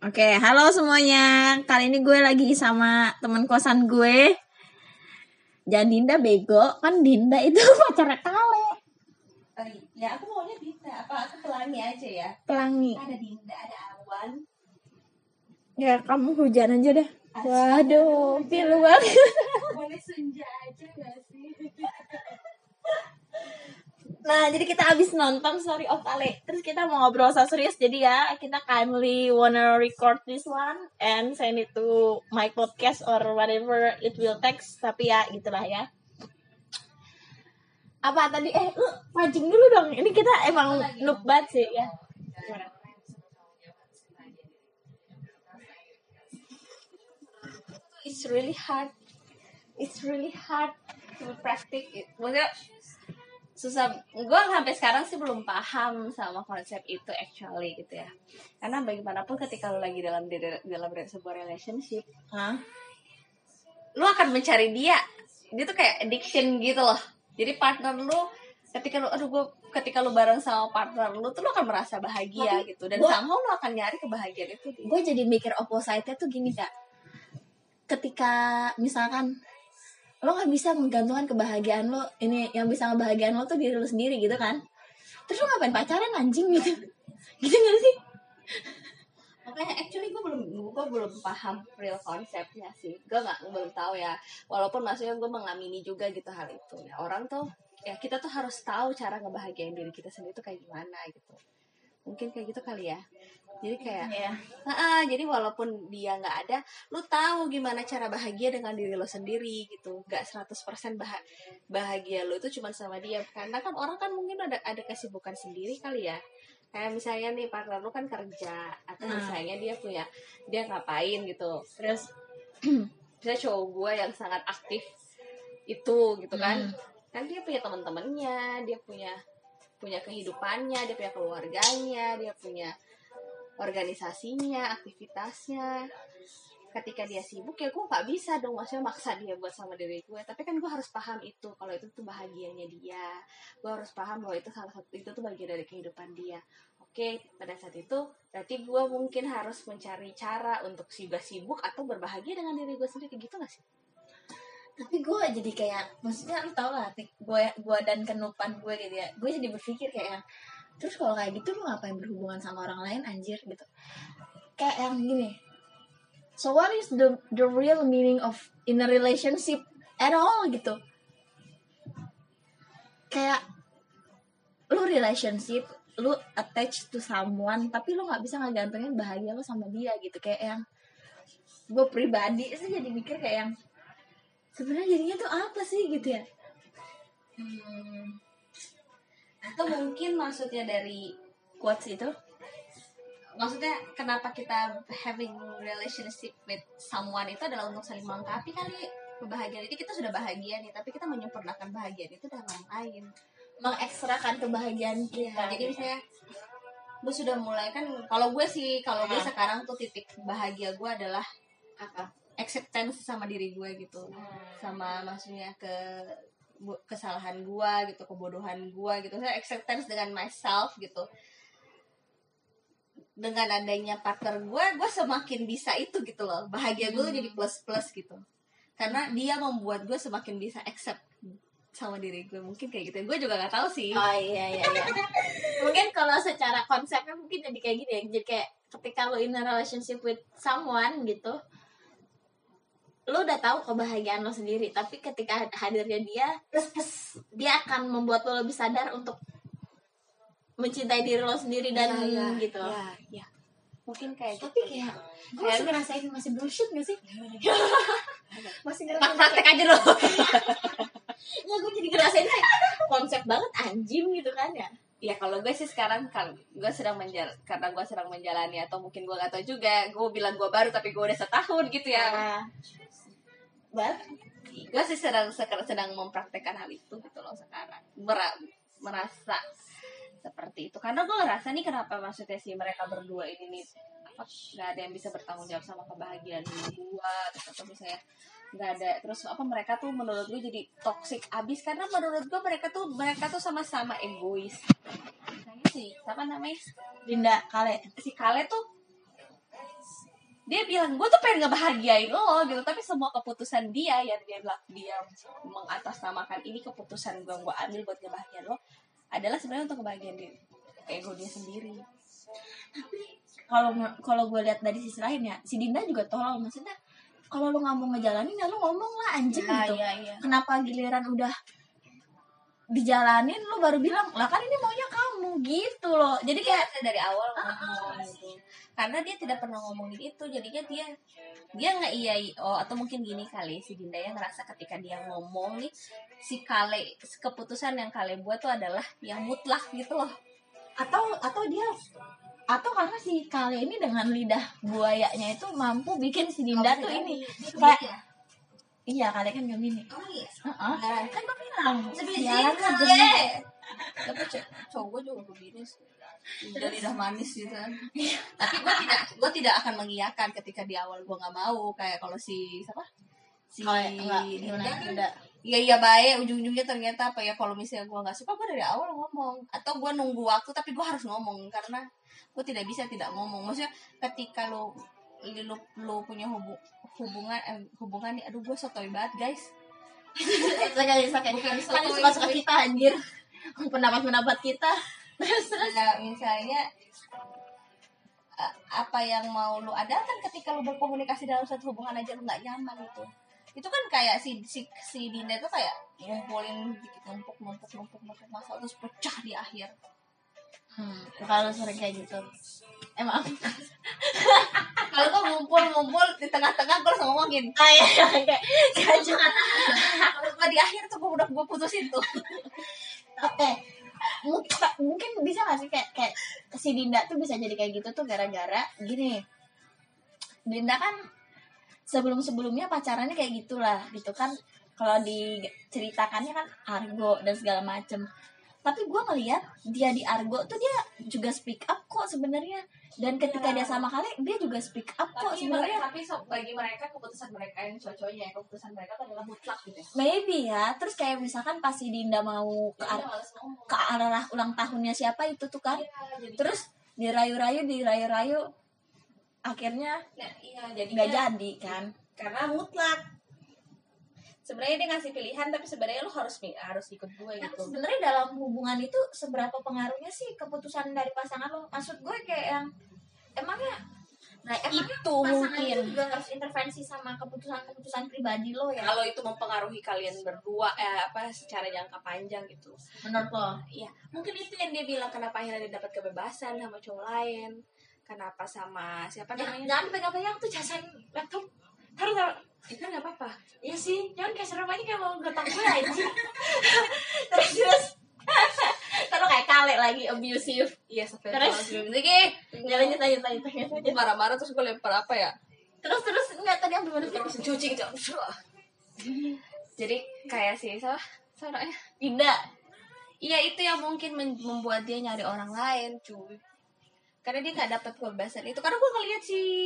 Oke, halo semuanya. Kali ini gue lagi sama teman kosan gue. Jangan Dinda bego, kan Dinda itu pacarnya Kale. Ya aku maunya Dinda. Apa aku pelangi aja ya? Pelangi. Ada Dinda, ada Awan. Ya kamu hujan aja deh. Waduh, pilu banget. Boleh senja aja gak sih? Nah, jadi kita habis nonton Story of Kale. Terus kita mau ngobrol serius. Jadi ya, kita kindly wanna record this one and send it to my podcast or whatever it will text. Tapi ya, gitulah ya. Apa tadi? Lu pancing dulu dong. Ini kita emang noob banget sih ya. It's really hard. It's really hard to practice it. Maksudnya susah. Gue sampai sekarang sih belum paham sama konsep itu actually gitu ya. Karena bagaimanapun ketika lu lagi dalam sebuah relationship, lu akan mencari dia. Dia tuh kayak addiction gitu loh. Jadi partner lu ketika lu bareng sama partner lu tuh lu akan merasa bahagia gitu, dan somehow lu akan nyari kebahagiaan itu. Gue jadi mikir opposite-nya tuh gini Kak. Ketika misalkan lo gak bisa menggantungkan kebahagiaan lo, ini yang bisa ngebahagiaan lo tuh diri lo sendiri gitu kan, terus lo ngapain pacaran anjing gitu gitu gak sih? Makanya actually gue belum paham real konsepnya sih. Gue belum tahu ya, walaupun maksudnya gue mengamini juga gitu hal itu ya. Orang tuh ya, kita tuh harus tahu cara ngebahagiain diri kita sendiri tuh kayak gimana gitu. Mungkin kayak gitu kali ya. Jadi kayak jadi walaupun dia nggak ada, lu tahu gimana cara bahagia dengan diri lo sendiri gitu. Nggak 100% bahagia lo itu cuma sama dia. Karena kan orang kan mungkin ada kesibukan sendiri kali ya. Kayak misalnya nih partner lu kan kerja, atau misalnya dia ngapain gitu. Terus misalnya cowok gue yang sangat aktif itu gitu kan. Kan dia punya teman-temannya, dia punya kehidupannya, dia punya keluarganya, dia punya organisasinya, aktivitasnya. Ketika dia sibuk ya gue nggak bisa dong maksudnya maksa dia buat sama diri gue. Tapi kan gue harus paham itu, kalau itu tuh bahagianya dia. Gue harus paham bahwa itu salah satu, itu tuh bagian dari kehidupan dia. Oke, pada saat itu berarti gue mungkin harus mencari cara untuk sibuk atau berbahagia dengan diri gue sendiri, gitu gak sih? Tapi gue jadi kayak, maksudnya lu tau lah gue dan kenupan gue gitu ya, gue jadi berpikir kayak, terus kalau kayak gitu lu ngapain berhubungan sama orang lain anjir gitu. Kayak yang gini, so what is the real meaning of in a relationship at all gitu. Kayak lu relationship, lu attached to someone, tapi lu nggak bisa ngegantungin bahagia lu sama dia gitu. Kayak yang gue pribadi sih jadi mikir kayak yang sebenarnya jadinya tuh apa sih gitu ya. Atau mungkin maksudnya dari quotes itu, maksudnya kenapa kita having relationship with someone itu adalah untuk saling melengkapi kali. Kebahagiaan itu kita sudah bahagia nih, tapi kita menyempurnakan bahagiaan itu dengan orang lain, mengekstrakan kebahagiaan kita. Ya, jadi misalnya gue sudah mulai kan, kalau gue sekarang tuh titik bahagia gue adalah apa? Acceptance sama diri gue gitu, sama maksudnya kesalahan gue gitu, kebodohan gue gitu. Saya acceptance dengan myself gitu. Dengan adanya partner gue semakin bisa itu gitu loh. Bahagia gue jadi plus gitu. Karena dia membuat gue semakin bisa accept sama diri gue. Mungkin kayak gitu. Gue juga gak tahu sih. Oh iya. Mungkin kalau secara konsepnya mungkin jadi kayak gini ya. Jadi kayak ketika lo in a relationship with someone gitu, lo udah tahu kebahagiaan lo sendiri, tapi ketika hadirnya dia akan membuat lo lebih sadar untuk mencintai diri lo sendiri dan gitu. Ya. Mungkin kayak tapi gitu. Kayak gue masih ngerasain masih bullshit gak sih? Masih ngerasain praktek aja lo. Ya gue jadi ngerasain kayak konsep banget anjing gitu kan ya. Ya kalau gue sih sekarang kan gue sedang menjalani, atau mungkin gue gak tahu juga. Gue bilang gue baru tapi gue udah setahun gitu ya. Gue sih sedang mempraktekkan hal itu gitu loh sekarang. Merasa seperti itu karena gue ngerasa nih kenapa maksudnya sih mereka berdua ini nih nggak ada yang bisa bertanggung jawab sama kebahagiaan gue, atau misalnya nggak ada, terus mereka tuh menurut gue jadi toxic abis karena menurut gue mereka tuh sama-sama egois. Misalnya siapa namanya Dinda Kale, si Kale tuh dia bilang gue tuh pengen ngebahagiain lo gitu, tapi semua keputusan dia yang dia mengatasnamakan ini keputusan gue ambil buat ngebahagiain lo adalah sebenarnya untuk ngebahagiain ego dia sendiri. Tapi kalau gue lihat dari sisi lain ya, si Dinda juga tolol. Maksudnya kalau lu nggak mau ngejalanin ya lu ngomong lah anjing gitu. Iya. Kenapa giliran udah dijalanin lu baru bilang lah kan ini maunya kamu gitu loh. Jadi kayak dari awal ngomong gitu. Karena dia tidak pernah ngomongin itu, jadinya dia nggak iyai. Atau mungkin gini kali, si Dinda yang ngerasa ketika dia ngomong nih, si Kale, keputusan yang Kale buat tuh adalah yang mutlak gitu loh. Atau dia atau karena si Kale ini dengan lidah buayanya itu mampu bikin si Dinda tuh ini kayak iya Kale kan Gemini. Oh iya. Kan gue bilang sialan Kale. Tapi cowok gue juga begini sih. Udah lidah manis gitu kan. Tapi gue tidak akan mengiyakan ketika di awal gue nggak mau, kayak kalau si siapa? Si Dinda. Iya baik, ujung-ujungnya ternyata apa ya, kalau misalnya gue nggak suka, gue dari awal ngomong, atau gue nunggu waktu tapi gue harus ngomong karena gue tidak bisa tidak ngomong. Maksudnya ketika lo punya hubungan nih, aduh gue sotoy banget guys. Bukan suka kita anjir, pendapat kita. Terus ya, misalnya apa yang mau lu adakan ketika lu berkomunikasi dalam satu hubungan aja lu nggak nyaman gitu. Itu kan kayak si Dinda itu kayak ngumpulin dikit numpuk masalah terus pecah di akhir. Kalau sering kayak gitu emang kalau gue ngumpul di tengah-tengah gue langsung ngomongin kayak kalau gue di akhir tuh gue putusin tuh. Mungkin bisa gak sih kayak si Dinda tuh bisa jadi kayak gitu tuh gara-gara gini. Dinda kan sebelumnya pacarannya kayak gitulah gitu kan, kalau diceritakannya kan argo dan segala macem. Tapi gue ngeliat dia di argo tuh dia juga speak up kok sebenarnya, dan ketika dia sama Kale dia juga speak up kok sebenarnya. Tapi bagi mereka keputusan mereka yang cocoknya, keputusan mereka adalah mutlak gitu. Maybe ya. Terus kayak misalkan pas si Dinda mau ke arah ulang tahunnya siapa itu tuh kan, terus dirayu-rayu akhirnya nggak jadi kan, karena mutlak. Sebenarnya dia ngasih pilihan tapi sebenarnya lu harus ikut gue gitu. Sebenarnya dalam hubungan itu seberapa pengaruhnya sih keputusan dari pasangan lo? Maksud gue kayak yang emangnya itu mungkin juga harus intervensi sama keputusan pribadi lo ya. Kalau itu mempengaruhi kalian berdua secara jangka panjang gitu. Menurut lo? Iya, mungkin itu yang dia bilang kenapa akhirnya dia dapat kebebasan sama cowok lain. Kenapa sama siapa namanya? Jangan pegang-pegang tuh casan laptop. Harus itu nggak apa-apa. Iya sih, jangan kayak serem aja kayak mau getak gue aja. terus terus kayak Kale lagi abusive. Iya, sampai terus lanjut. Marah-marah terus gue lempar apa ya? Terus enggak tadi yang bener langsung cuci gitu. Jadi kayak sih suaranya Dinda. Iya, itu yang mungkin membuat dia nyari orang lain, cuy. Karena dia nggak dapat kebebasan itu. Karena gue ngeliat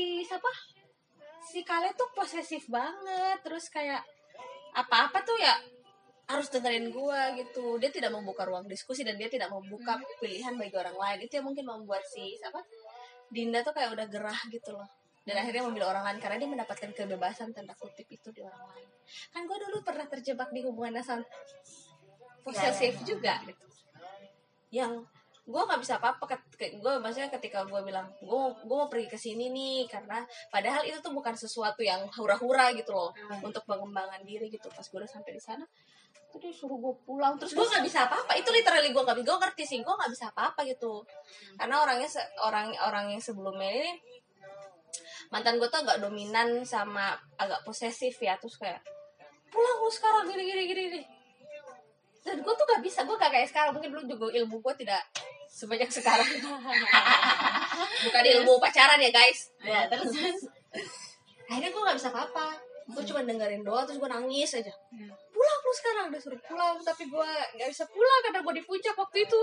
si Kale tuh posesif banget, terus kayak apa-apa tuh ya harus dengerin gue gitu. Dia tidak membuka ruang diskusi dan dia tidak membuka pilihan bagi orang lain. Itu yang mungkin membuat Dinda tuh kayak udah gerah gitu loh. Dan akhirnya memilih orang lain karena dia mendapatkan kebebasan tanda kutip itu di orang lain. Kan gue dulu pernah terjebak di hubungan yang posesif juga gitu. Yang gue nggak bisa apa-apa, gue maksudnya ketika gue bilang gue mau pergi ke sini nih, karena padahal itu tuh bukan sesuatu yang hura-hura gitu loh untuk pengembangan diri gitu. Pas gue udah sampai di sana tuh dia suruh gue pulang, terus gue nggak bisa apa-apa. Itu literally gue ngerti sih, gue nggak bisa apa-apa gitu karena orang yang sebelumnya ini mantan gue tuh agak dominan sama agak posesif ya, terus kayak pulang lu sekarang gini. Dan gue tuh gak bisa, gue gak kayak sekarang. Mungkin dulu juga ilmu gue tidak sebanyak sekarang. Bukan ilmu pacaran ya guys. Ya, terus akhirnya gue gak bisa apa-apa. Gue cuma dengerin doang, terus gue nangis aja. Pulang lu sekarang, udah suruh pulang. Tapi gue gak bisa pulang karena gue di puncak waktu itu.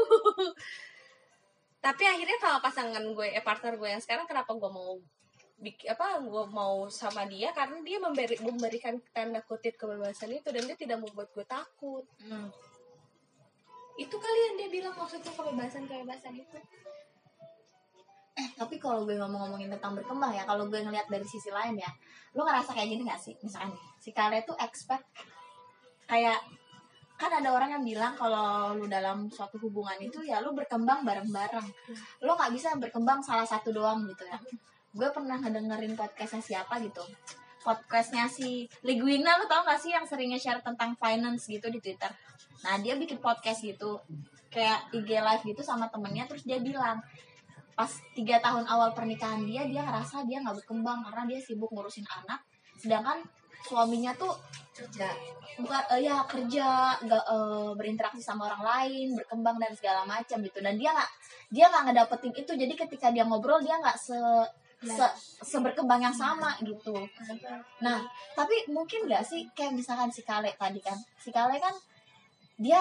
Tapi akhirnya sama pasangan gue, partner gue yang sekarang, kenapa gue mau sama dia, karena dia memberikan tanda kutip kebebasan itu, dan dia tidak membuat gue takut. Itu kali yang dia bilang maksudnya kebebasan itu. Tapi kalau gue ngomongin tentang berkembang ya, kalau gue ngeliat dari sisi lain ya, lo ngerasa kayak gini gak sih? Misalkan nih, si Kale tuh expect kayak, kan ada orang yang bilang kalau lu dalam suatu hubungan itu ya lu berkembang bareng-bareng. Lo gak bisa berkembang salah satu doang gitu ya. Gue pernah ngedengerin podcastnya siapa gitu, podcastnya si Liguina, lo tau gak sih yang seringnya share tentang finance gitu di Twitter. Nah dia bikin podcast gitu, kayak IG live gitu sama temennya. Terus dia bilang pas 3 tahun awal pernikahan dia ngerasa dia nggak berkembang karena dia sibuk ngurusin anak, sedangkan suaminya tuh kerja bukan kerja, nggak berinteraksi sama orang lain, berkembang dan segala macam gitu. Dan dia nggak ngedapetin itu. Jadi ketika dia ngobrol dia nggak seberkembang yang sama gitu. Nah tapi mungkin nggak sih kayak misalkan si Kale tadi kan, si Kale kan dia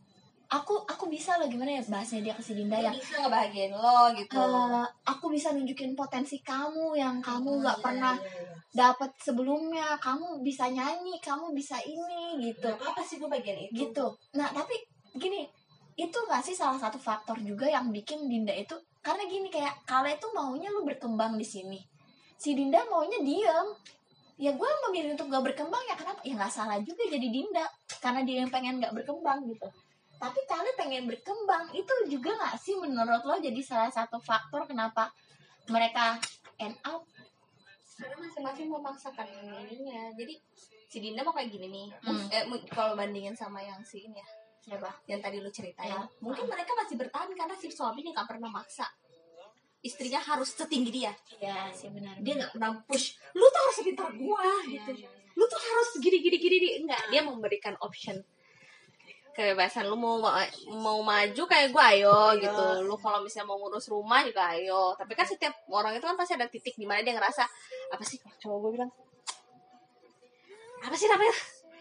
aku bisa loh, gimana ya bahasnya dia ke si Dinda ya, bisa ngebahagiain lo gitu. Aku bisa nunjukin potensi kamu yang kamu nggak pernah dapat sebelumnya. Kamu bisa nyanyi, kamu bisa ini gitu. Apa sih gue bagian itu gitu. Nah tapi gini, itu nggak sih salah satu faktor juga yang bikin Dinda itu, karena gini, kayak Kale itu maunya lu berkembang di sini, si Dinda maunya diem. Ya gue memilih untuk gak berkembang ya kenapa, ya nggak salah juga jadi Dinda karena dia yang pengen nggak berkembang gitu. Tapi Kale pengen berkembang, itu juga nggak sih menurut lo jadi salah satu faktor kenapa mereka end up? Karena masing-masing memaksakan ininya. Jadi si Dinda mau kayak gini nih. Kalau bandingin sama yang si ini ya, Siapa? yang tadi lu ceritain, mungkin mereka masih bertahan karena si suaminya nggak pernah maksa istrinya harus setinggi dia. Iya sih benar. Dia nggak pernah push, lu tuh harus pintar gua gitu. Lu tuh harus gini enggak. Dia memberikan option, kebebasan. Lu mau maju kayak gue, ayo gitu. Lu kalau misalnya mau ngurus rumah juga ayo. Tapi kan setiap orang itu kan pasti ada titik di mana dia ngerasa apa sih, kalau cowok gue bilang apa sih namanya,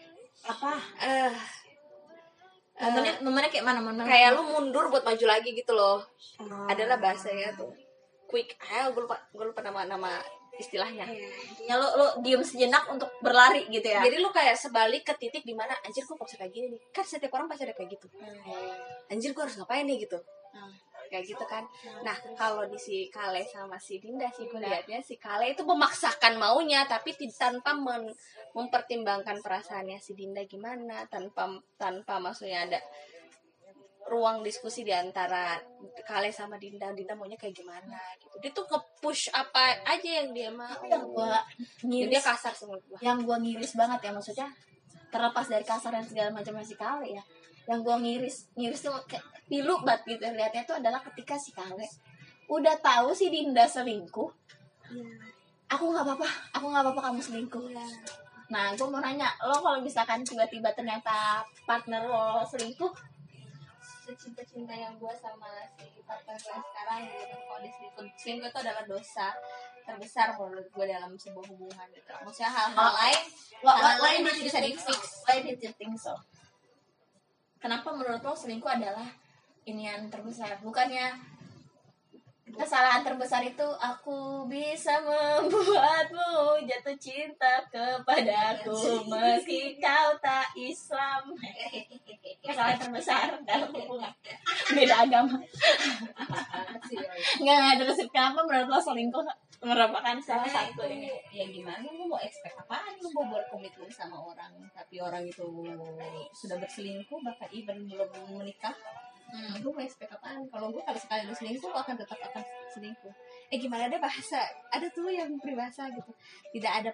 momennya kayak mana? kayak lu mundur buat maju lagi gitu loh. Adalah bahasanya tuh quick. Gue lupa nama istilahnya. Ya lo diem sejenak untuk berlari gitu ya. Jadi lu kayak sebalik ke titik di mana anjir gue kok bisa kayak gini nih. Kan setiap orang pasti ada kayak gitu. Anjir gue harus ngapain nih gitu. Kayak gitu kan. Nah, kalau di si Kale sama si Dinda sih gue liatnya si Kale itu memaksakan maunya tapi tanpa mempertimbangkan perasaannya si Dinda gimana, tanpa maksudnya ada ruang diskusi di antara Kale sama Dinda maunya kayak gimana gitu. Dia tuh nge-push apa aja yang dia mau. Yang gue ngiris, dia kasar sama gue. Yang gue ngiris banget ya, maksudnya terlepas dari kasar dan segala macam si Kale ya, yang gue ngiris tuh kayak pilu banget gitu lihatnya tuh adalah ketika si Kale udah tahu si Dinda selingkuh. Aku nggak apa-apa kamu selingkuh. Nah gue mau nanya lo, kalau misalkan tiba-tiba ternyata partner lo selingkuh, cinta yang gue sama si partner gue sekarang gitu, kalau selingkuh itu adalah dosa terbesar menurut gue dalam sebuah hubungan gitu. Maksudnya hal-hal lain masih bisa di-fix. Why did you think so? Kenapa menurut lo selingkuh adalah inian terbesar? Bukannya kesalahan terbesar itu aku bisa membuatmu jatuh cinta kepadaku meski kau tak Islam. Kesalahan terbesar dalam hubungan beda agama. Nggak terus kenapa menurut lo selingkuh merupakan salah satu ini? Ya gimana, lu mau expect apaan? Lu mau berkomitmen sama orang tapi orang itu sudah berselingkuh bahkan even belum menikah. Lu mau expect apaan? Kalau gue kalau sekali lu selingkuh, gue akan tetap selingkuh. Gimana deh bahasa, ada tuh yang peribahasa gitu, tidak ada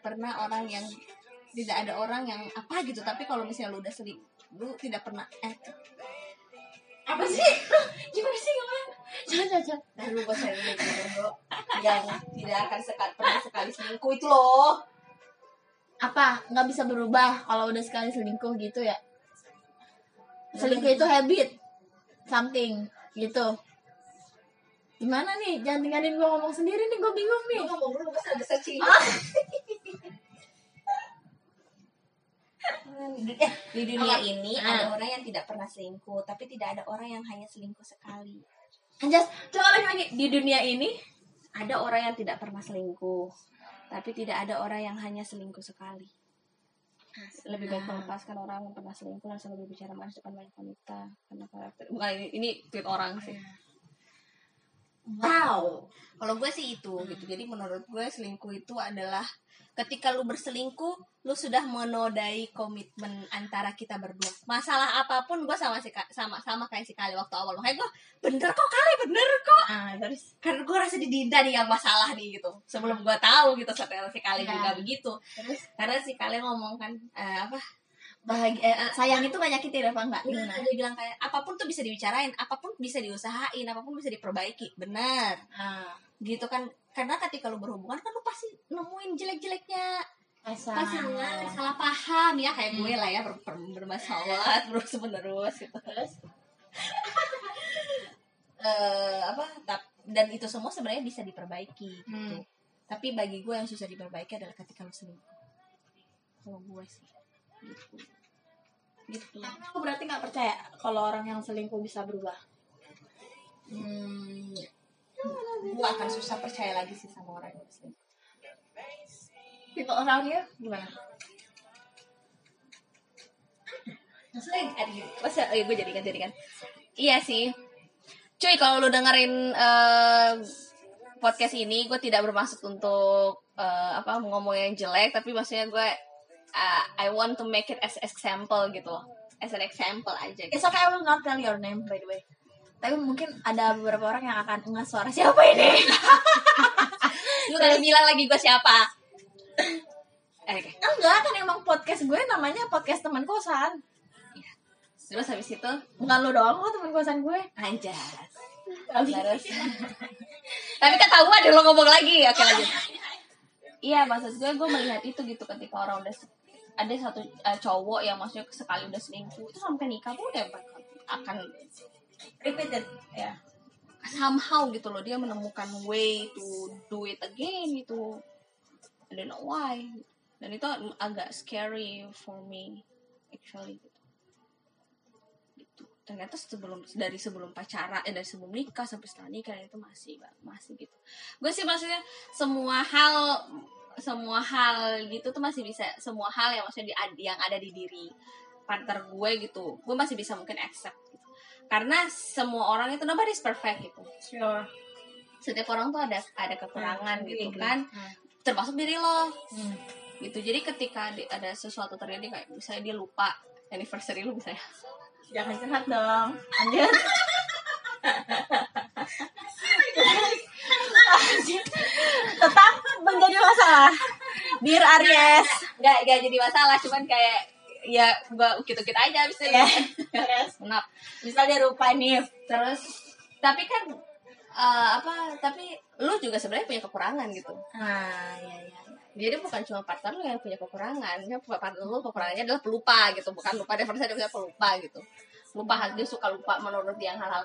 orang yang apa gitu, tapi kalau misalnya lu udah selingkuh, lu tidak pernah apa sih? Gimana sih ngomong? Coba. Nah, lu bahasa gitu yang tidak akan pernah sekali selingkuh itu loh. Apa? Nggak bisa berubah kalau udah sekali selingkuh gitu ya? Selingkuh itu habit, something gitu. Gimana nih? Jangan tinggalin gue ngomong sendiri nih, gue bingung nih. Ngomong dulu, pas ada searching. Di dunia ini ada orang yang tidak pernah selingkuh, tapi tidak ada orang yang hanya selingkuh sekali. Anjas, coba lagi. Di dunia ini ada orang yang tidak pernah selingkuh, tapi tidak ada orang yang hanya selingkuh sekali. Lebih baik melepaskan orang yang pernah selingkuh dan selalu berbicara manis depan banyak wanita. Karena karakter, bukan ini tweet orang sih. Wow. Kalau gue sih itu gitu. Jadi menurut gue selingkuh itu adalah ketika lu berselingkuh, lu sudah menodai komitmen antara kita berdua. Masalah apapun gue sama kayak si Kali waktu awal. Makanya gue bener kok Kali, bener kok. Terus Karena gue rasa di Dinda nih yang masalah nih gitu. Sebelum gue tahu gitu sampai si Kali juga begitu. Terus Karena si Kali ngomong kan bahagia, sayang itu gak nyakitin apa enggak? Gimana? Dia bilang kayak apapun tuh bisa dibicarain, apapun bisa diusahain, apapun bisa diperbaiki. Benar. Gitu kan. Karena ketika lu berhubungan kan lu pasti nemuin jelek-jeleknya pasangan, salah paham ya kayak gue lah ya bermasalah terus gitu. Terus Dan itu semua sebenarnya bisa diperbaiki gitu. Tapi bagi gue yang susah diperbaiki adalah ketika lu selingkuh. Kalau gue sih gitu. aku berarti nggak percaya kalau orang yang selingkuh bisa berubah. Gue akan susah percaya lagi sih sama orang yang selingkuh. Tipe orangnya gimana? Masa gue jadikan. Iya sih. Cuy, kalau lu dengerin podcast ini, gue tidak bermaksud untuk ngomong yang jelek, tapi maksudnya gue I want to make it as example gitu loh. As an example aja gitu. It's okay, I will not tell your name by the way. Tapi mungkin ada beberapa orang yang akan nge suara siapa ini. Lu udah bilang lagi gue siapa? Okay. Enggak, kan emang podcast gue namanya podcast teman kosan. Terus habis itu bukan lu doang kok teman kosan gue. Anjas. Terus. Tapi ketahuan deh lo ngomong lagi. Oke lanjut. Iya, maksud gue melihat itu gitu ketika orang udah ada satu cowok yang maksudnya sekali udah selingkuh itu sampai nikah tuh udah akan repeated ya. Somehow gitu loh dia menemukan way to do it again gitu. I don't know why. Dan itu agak scary for me actually gitu. Ternyata dari sebelum pacaran dari sebelum nikah sampai setelah nikah itu masih gitu. Gue sih maksudnya semua hal gitu tuh masih bisa, semua hal yang maksudnya yang ada di diri partner gue gitu gue masih bisa mungkin accept gitu. Karena semua orang itu nobody's perfect gitu. Sure. Setiap orang tuh ada kekurangan gitu kan. Termasuk diri lo gitu. Jadi ketika ada sesuatu terjadi kayak misalnya dia lupa anniversary lu misalnya, jangan curhat dong anjir. Tetap menjadi masalah Dear Aries. Gak jadi masalah, cuman kayak ya gue ukit-ukit aja abis itu ya. Kenapa? Misal dia lupa nih. Terus tapi kan tapi lu juga sebenarnya punya kekurangan gitu. Iya. Jadi bukan cuma partner lu yang punya kekurangan, partner lu kekurangannya adalah pelupa gitu, bukan lupa anniversary, dia pelupa gitu. Lupa, dia suka lupa menurut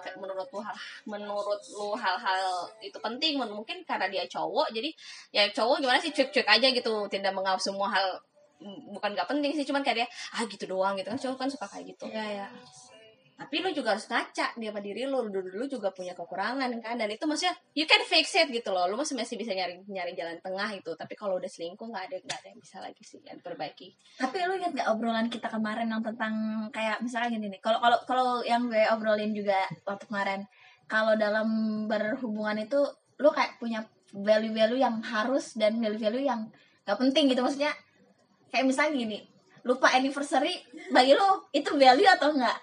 lu hal-hal itu penting. Mungkin karena dia cowok, jadi ya cowok gimana sih, cuek-cuek aja gitu, tidak menganggap semua hal, bukan gak penting sih, cuman kayak dia gitu doang gitu kan, cowok kan suka kayak gitu. Iya. Tapi lu juga harus ngaca dia sama diri lu juga punya kekurangan kan, dan itu maksudnya you can fix it gitu loh. Lu masih bisa nyari jalan tengah itu. Tapi kalau udah selingkuh nggak ada yang bisa lagi sih yang diperbaiki. Tapi lu ingat nggak obrolan kita kemarin yang tentang kayak misalnya gini nih, kalau yang gue obrolin juga waktu kemarin, kalau dalam berhubungan itu lu kayak punya value-value yang harus dan value-value yang nggak penting gitu. Maksudnya kayak misalnya gini, lupa anniversary bagi lu itu value atau enggak?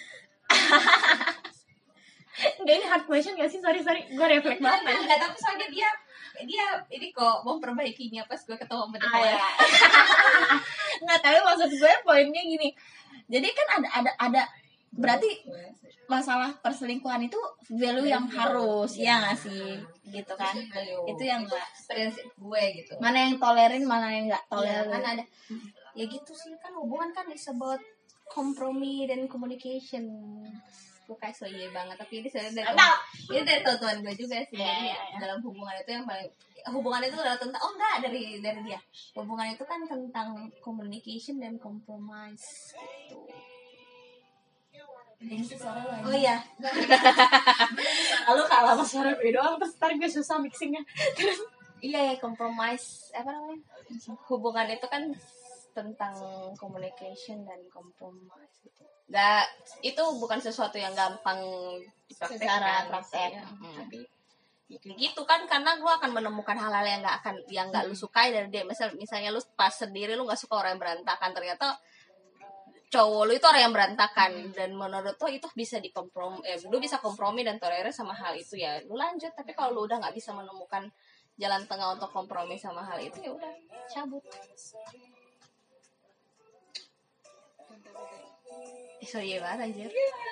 Enggak, ini hard question gak sih? Sorry gue refleks banget. Enggak, tapi soalnya dia ini kok mau perbaikinya pas gue ketemu sama dia. Enggak, tapi maksud gue poinnya gini. Jadi kan ada berarti masalah perselingkuhan itu value yang harus, ya nggak sih, gitu kan? Itu yang nggak prinsip gue gitu. Mana yang tolerin, mana yang nggak tolerin. Ya, kan ada. Ya gitu sih, kan hubungan kan is about kompromi dan communication. Gue kayak so iya banget, tapi ini sebenarnya dari tontonan gue juga sih. Jadi dalam hubungan itu yang paling, hubungan itu adalah tentang dari dia. Hubungan itu kan tentang communication dan compromise gitu. Oh iya. Lalu kalah sama suara gue doang, terus ntar gue susah mixingnya. Terus iya, compromise apa namanya? Hubungan itu kan tentang communication dan compromise gitu. Itu bukan sesuatu yang gampang secara praktek. Tapi Kayak gitu kan, karena gue akan menemukan hal-hal yang nggak lu sukai dari dia. Misalnya lu pas sendiri lu nggak suka orang yang berantakan, ternyata cowok lu itu orang yang berantakan, dan menurut lu itu bisa lu bisa kompromi dan tolerir sama hal itu, ya lu lanjut. Tapi kalau lu udah nggak bisa menemukan jalan tengah untuk kompromi sama hal itu, ya udah cabut. So iya banget anjir.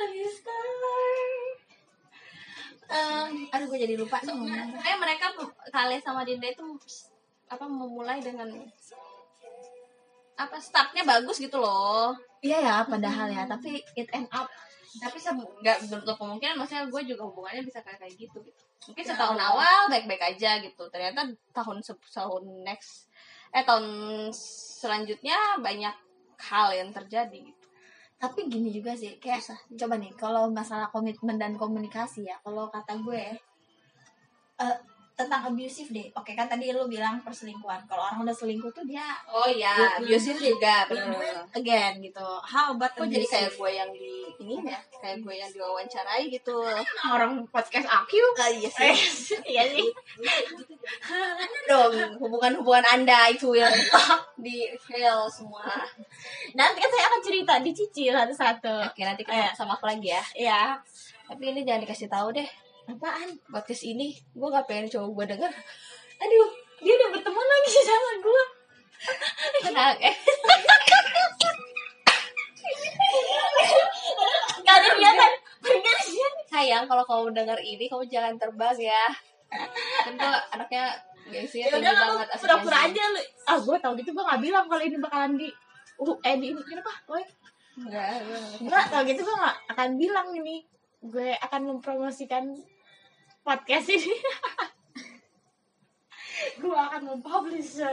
Aduh gue jadi lupa nih ngomong. Mereka Kale sama Dinda itu memulai dengan startnya bagus gitu loh. Iya ya, padahal ya, tapi it end up. Tapi nggak bentuk kemungkinan, maksudnya gue juga hubungannya bisa kayak gitu. Mungkin setahun awal baik-baik aja gitu, ternyata tahun selanjutnya banyak hal yang terjadi gitu. Tapi gini juga sih, kayak coba nih kalau masalah komitmen dan komunikasi ya, kalau kata gue tentang abusive deh. Oke kan tadi lu bilang perselingkuhan. Kalau orang udah selingkuh tuh dia abusive juga benar. Again gitu. How about kok jadi kayak gue yang kayak gue yang diwawancarai gitu. Orang podcast aku. Iya sih. Iya sih. Dong, hubungan Anda itu yang di fail semua. Nanti kan saya akan cerita dicicil satu-satu. Oke, nanti kita sama aku lagi ya. Iya. Tapi ini jangan dikasih tahu deh. Apaan? Podcast ini gue gak pengen cowok gue denger. Aduh, dia udah berteman lagi sama gue. Tenang, Gak ada niatan. Sayang, kalau kamu denger ini, kamu jangan terbang ya. Kan gue anaknya gengsinya tinggi banget. Pura-pura aja lu. Gue tau gitu gue gak bilang kalau ini bakalan di ini kenapa? Enggak, tau gitu gue gak akan bilang ini. Gue akan mempromosikan podcast ini. Gue akan mempublish.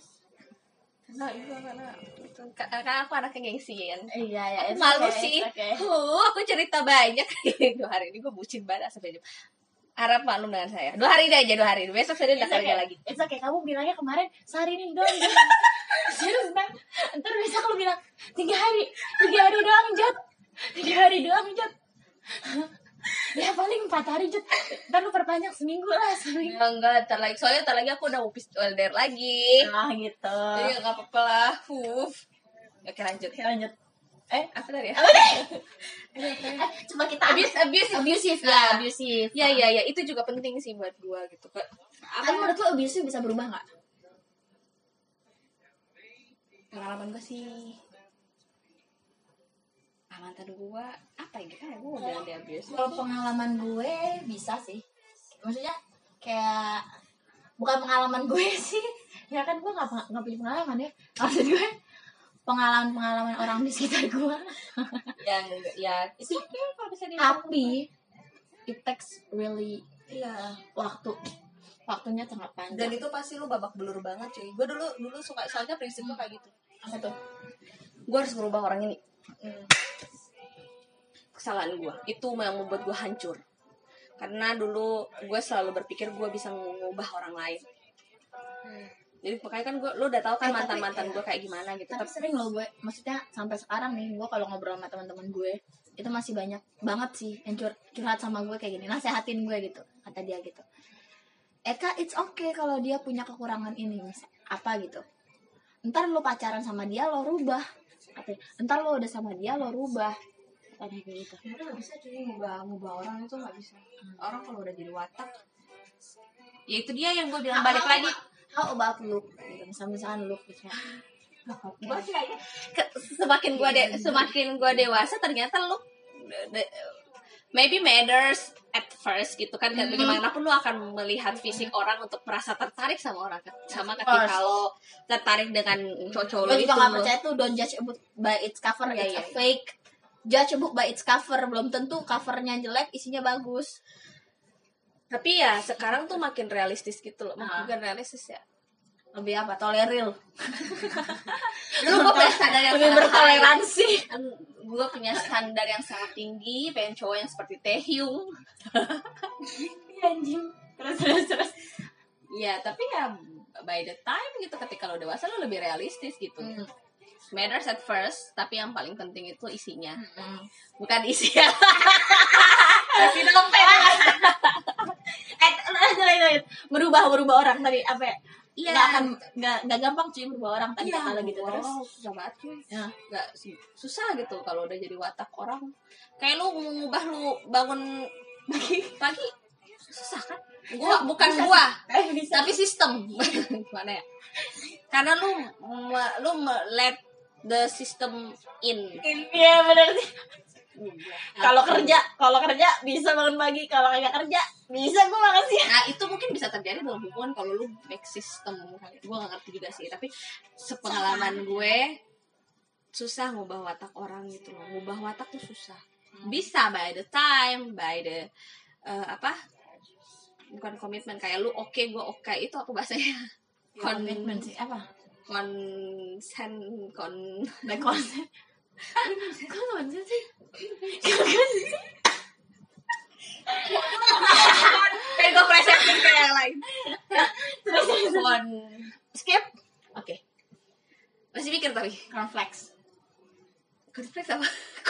Karena aku anaknya gengsian. Iya ya. Aku malu okay, sih. Okay. Aku cerita banyak. 2 hari ini gue bucin banget sampai jam. Harap maklum dengan saya. 2 hari aja, 2 hari. Besok saya udah kerja lagi. It's okay. Kamu bilangnya kemarin sehari ini doang. Serius bang. Ntar besok lu bilang 3 hari. 3 hari doang Jat. 3 hari doang Jat. Ya paling 4 hari Jat. Ntar lu perpanjang seminggu lah. Ya, enggak, soalnya ntar lagi aku udah mau LDR lagi. Nah gitu. Jadi gak apa-apa lah. Oke lanjut. Apa tadi ya? Coba kita abusive lah. Abusive. Ya, itu juga penting sih buat gua gitu. Tapi menurut lu abusive bisa berubah nggak? Pengalaman gua sih, mantan gua apa ya, gimana gua bilang dia abusive. Kalau pengalaman gue bisa sih. Maksudnya kayak bukan pengalaman gue sih. Ya kan gue nggak punya pengalaman ya. Maksud gue pengalaman orang di sekitar gue. ya itu kalau bisa tapi it takes really waktunya sangat panjang. Dan itu pasti lu babak belur banget cuy. Gue dulu suka, soalnya prinsip gue kayak gitu. Apa tuh? Gue harus merubah orang ini. Kesalahan gue itu yang membuat gue hancur. Karena dulu gue selalu berpikir gue bisa mengubah orang lain. Jadi makanya kan lu udah tahu kan mantan-mantan gue kayak gimana gitu. Tapi sering loh gue, maksudnya sampai sekarang nih gue kalau ngobrol sama teman-teman gue itu masih banyak banget sih yang curhat sama gue kayak gini, nasehatin gue gitu, kata dia gitu. Eka, it's okay kalau dia punya kekurangan ini, apa gitu. Ntar lo pacaran sama dia lo rubah, ntar lo udah sama dia lo rubah, kayak gitu. Itu nggak bisa cuy, ngubah orang itu nggak bisa. Orang kalau udah jadi watak, ya itu dia yang gue bilang balik lagi. How about look? Misalnya look misalnya. Semakin gue dewasa ternyata look maybe matters at first gitu kan. Bagaimanapun lu akan melihat fisik orang untuk merasa tertarik sama orang, sama ketika lo tertarik dengan cowok lo itu. Gue juga nggak percaya tuh, don't judge a book by its cover. It's a fake. Judge a book by its cover, belum tentu covernya jelek isinya bagus. Tapi ya sekarang tuh makin realistis gitu loh. Bukan realistis ya, lebih apa, toleril. Dulu gue punya standar yang lebih bertoleransi. Gue punya standar yang sangat tinggi, pengen cowok yang seperti Taehyung. Anjing. Terus. Ya tapi ya by the time gitu, ketika lo dewasa lo lebih realistis gitu. Matters at first, tapi yang paling penting itu isinya, bukan isinya. Tapi dompet. lanjut. Merubah orang tadi apa ya? Iya. Nggak gampang cuy merubah orang tadi kalau gitu terus. Susah banget cuy. Ya. Nggak susah gitu kalau udah jadi watak orang. Kayak lu mengubah lu bangun pagi susah kan? Bukan gua, bisa. tapi sistem. Gimana ya? Karena lu let the system in. Iya benar sih. Kalau kerja bisa bangun pagi, kalau nggak kerja bisa gue makasih. Nah itu mungkin bisa terjadi dalam hubungan kalau lu make system. Gue gak ngerti juga sih, tapi sepengalaman gue susah ngubah watak orang gitu loh. Ngubah watak tuh susah. Bisa by the time, by the bukan komitmen, kayak lu oke, gue oke, itu apa bahasanya? Komitmen sih apa? Konsen sih? Kayak gue presenting kayak yang lain. Skip. Oke. Masih mikir tapi Cornflakes apa?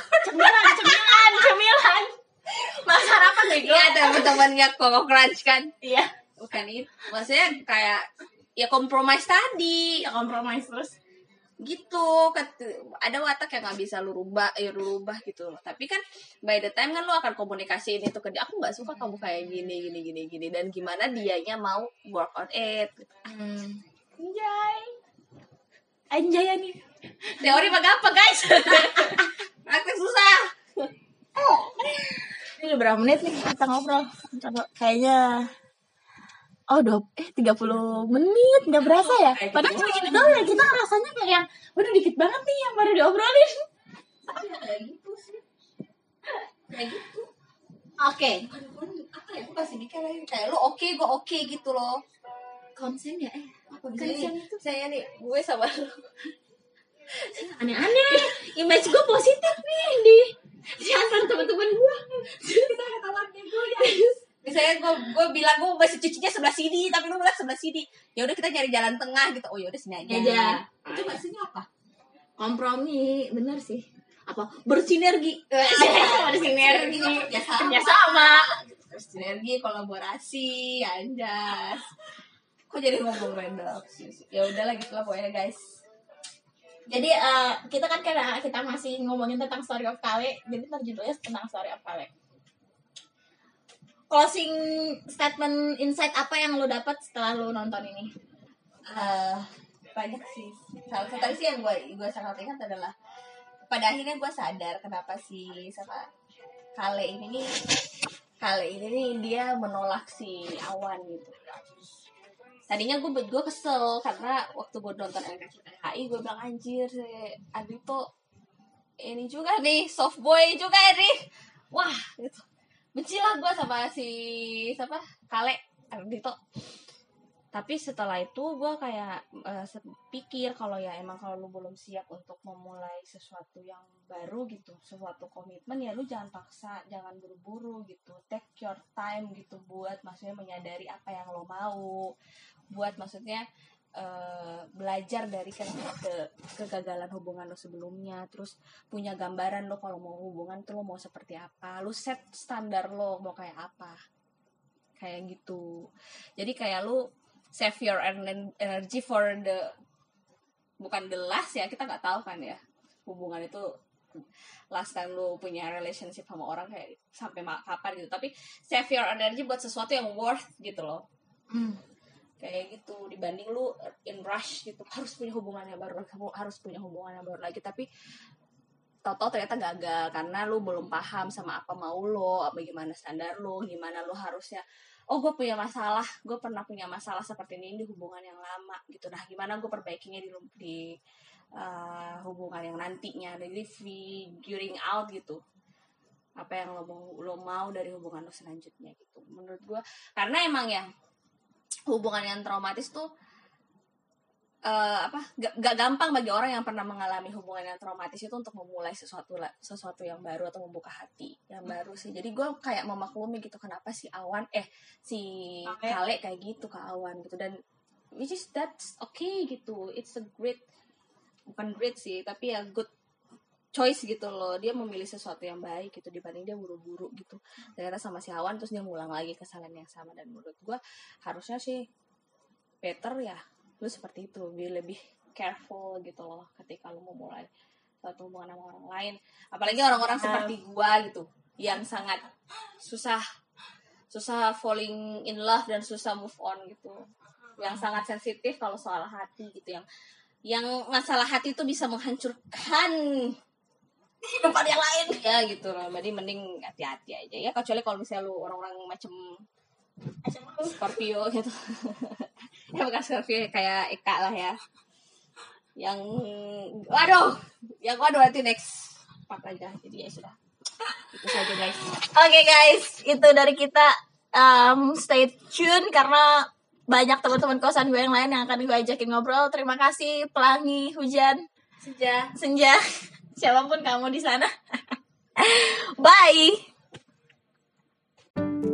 Cemilan. Masa apa nih? Iya, teman-temannya Coco Crunch kan? Iya. Bukan itu. Maksudnya kayak ya kompromis tadi. Ya kompromis terus. Gitu. Ada watak yang gak bisa lu rubah gitu. Tapi kan by the time kan lu akan komunikasiin itu ke dia. Aku gak suka kamu kayak gini. Dan gimana dianya mau work on it. Anjay nih. Teori mah gampang guys. Praktek susah. Ini udah berapa menit nih kita ngobrol? Coba kayaknya 30 menit nggak berasa ya. Padahal cuma gini doang ya, kita rasanya kayak yang waduh dikit banget nih yang baru diobrolin. Kayak gitu sih. Kayak gitu. Oke. Apa ya? Gue pasti mikir lagi kayak lu oke, gue oke gitu loh. Konsen ya apa Konsen itu saya nih, gue sama lu. Aneh-aneh. Image gue positif nih di antara teman-teman gue. Kita ketahuannya gue guys. Misalnya gue bilang gue masih cucinya sebelah sini, tapi lu bilang sebelah sini. Ya udah kita nyari jalan tengah gitu. Oh ya udah sini aja. Itu maksudnya apa? Kompromi, bener sih. Apa? Bersinergi. Bersinergi. Ya sama. Bersinergi, kolaborasi, anjas. Kok jadi ngomong random sih? Ya udahlah gitu lah pokoknya guys. Jadi kita kan karena kita masih ngomongin tentang Story of Kale, jadi judulnya tentang Story of Kale. Closing statement, insight apa yang lo dapat setelah lo nonton ini? Banyak sih. Salah satu tadi sih yang gue sangat ingat adalah pada akhirnya gue sadar kenapa sih sama Kale ini nih dia menolak si Awan gitu. Tadinya gue kesel karena waktu gue nonton LKCTHI gue bilang anjir si Ardhito ini juga nih soft boy juga nih, wah gitu. Benci lah gue sama si Kale Ardhito. Tapi setelah itu gue kayak pikir kalau ya emang kalau lu belum siap untuk memulai sesuatu yang baru gitu, sesuatu komitmen, ya lu jangan paksa, jangan buru-buru gitu, take your time gitu buat maksudnya menyadari apa yang lo mau, buat maksudnya belajar dari kegagalan hubungan lo sebelumnya, terus punya gambaran lo kalau mau hubungan tuh lo mau seperti apa, lo set standar lo mau kayak apa, kayak gitu. Jadi kayak lo save your energy for bukan the last ya, kita nggak tahu kan ya hubungan itu last time lu punya relationship sama orang kayak sampai kapan gitu, tapi save your energy buat sesuatu yang worth gitu loh. Kayak gitu, dibanding lu in rush gitu harus punya hubungan yang baru lagi, tapi tau-tau ternyata gagal karena lu belum paham sama apa mau lo, apa gimana standar lo, gimana lo harusnya. Oh gue pernah punya masalah seperti ini di hubungan yang lama gitu. Nah gimana gue perbaikinya di hubungan yang nantinya, jadi figuring out gitu apa yang lo mau dari hubungan lo selanjutnya gitu. Menurut gue karena emang ya hubungan yang traumatis tuh gak gampang bagi orang yang pernah mengalami hubungan yang traumatis itu untuk memulai sesuatu yang baru atau membuka hati yang baru sih. Jadi gue kayak memaklumi gitu kenapa si Kale kayak gitu ke Awan gitu, dan which is that's okay gitu, it's a great, bukan great sih tapi ya good choice gitu loh, dia memilih sesuatu yang baik gitu dibanding dia buru-buru gitu ternyata sama si Hawan terus dia ngulang lagi kesalahan yang sama. Dan menurut gue harusnya sih better ya lu seperti itu, be lebih careful gitu loh ketika lu mau mulai suatu hubungan sama orang lain, apalagi orang-orang seperti gue gitu yang sangat susah falling in love dan susah move on gitu, yang sangat sensitif kalau soal hati gitu, yang masalah hati itu bisa menghancurkan kehidupan yang lain ya gitu loh. Jadi mending hati-hati aja ya, kecuali kalau misalnya lu orang-orang macam Scorpio gitu ya bukan Scorpio kayak Eka lah ya, yang waduh nanti next part aja. Jadi ya sudah itu saja guys. Oke guys, itu dari kita. Stay tune karena banyak teman-teman kosan gue yang lain yang akan gue ajakin ngobrol. Terima kasih Pelangi, Hujan, Senja, siapapun kamu di sana. Bye.